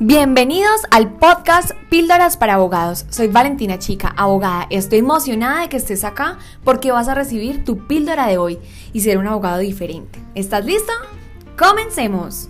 Bienvenidos al podcast Píldoras para Abogados. Soy Valentina Chica, abogada. Estoy emocionada de que estés acá porque vas a recibir tu píldora de hoy y ser un abogado diferente. ¿Estás listo? ¡Comencemos!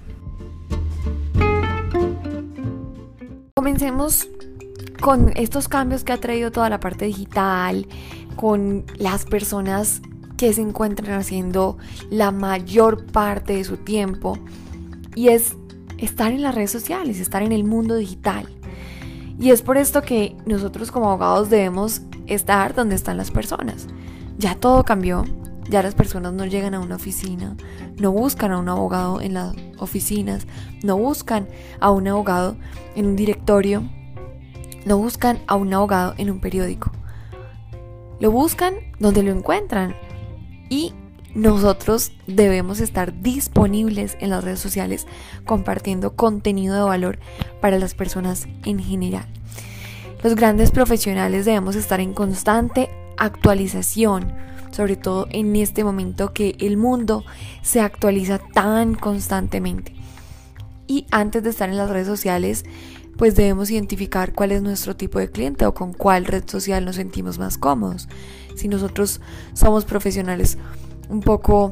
Comencemos con estos cambios que ha traído toda la parte digital, con las personas que se encuentran haciendo la mayor parte de su tiempo, y es estar en las redes sociales, estar en el mundo digital. Y es por esto que nosotros como abogados debemos estar donde están las personas. Ya todo cambió, ya las personas no llegan a una oficina, no buscan a un abogado en las oficinas, no buscan a un abogado en un directorio, no buscan a un abogado en un periódico. Lo buscan donde lo encuentran, y nosotros debemos estar disponibles en las redes sociales compartiendo contenido de valor para las personas en general. Los grandes profesionales debemos estar en constante actualización, sobre todo en este momento que el mundo se actualiza tan constantemente. Y antes de estar en las redes sociales, pues debemos identificar cuál es nuestro tipo de cliente o con cuál red social nos sentimos más cómodos. Si nosotros somos profesionales un poco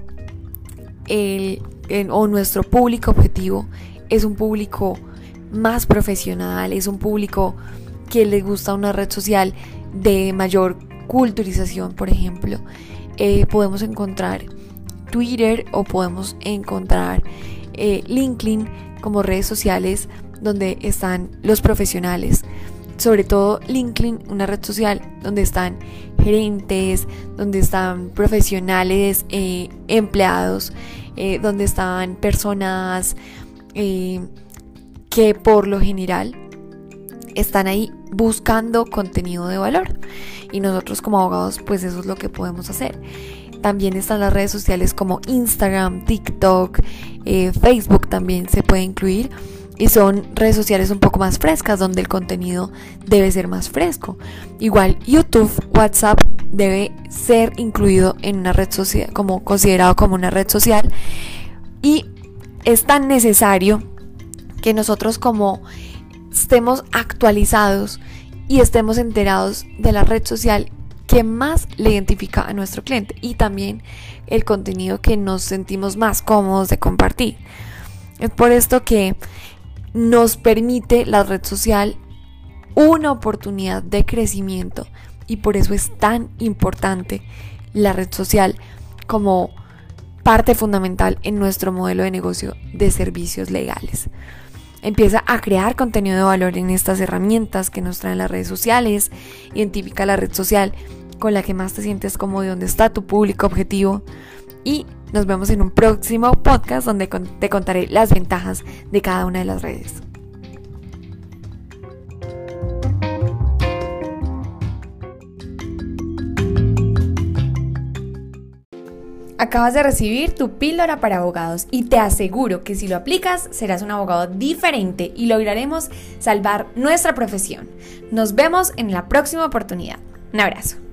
o nuestro público objetivo es un público más profesional, es un público que le gusta una red social de mayor culturización, por ejemplo, podemos encontrar Twitter o podemos encontrar LinkedIn como redes sociales donde están los profesionales. Sobre todo LinkedIn, una red social donde están gerentes, donde están profesionales, empleados, donde están personas que por lo general están ahí buscando contenido de valor. Y nosotros como abogados, pues eso es lo que podemos hacer. También están las redes sociales como Instagram, TikTok, Facebook también se puede incluir. Y son redes sociales un poco más frescas, donde el contenido debe ser más fresco. Igual YouTube, WhatsApp debe ser incluido en una red social, como considerado como una red social. Y es tan necesario que nosotros como estemos actualizados y estemos enterados de la red social que más le identifica a nuestro cliente y también el contenido que nos sentimos más cómodos de compartir. Es por esto que nos permite la red social una oportunidad de crecimiento, y por eso es tan importante la red social como parte fundamental en nuestro modelo de negocio de servicios legales. Empieza a crear contenido de valor en estas herramientas que nos traen las redes sociales. Identifica la red social con la que más te sientes cómodo y donde está tu público objetivo, y nos vemos en un próximo podcast donde te contaré las ventajas de cada una de las redes. Acabas de recibir tu píldora para abogados y te aseguro que si lo aplicas serás un abogado diferente y lograremos salvar nuestra profesión. Nos vemos en la próxima oportunidad. Un abrazo.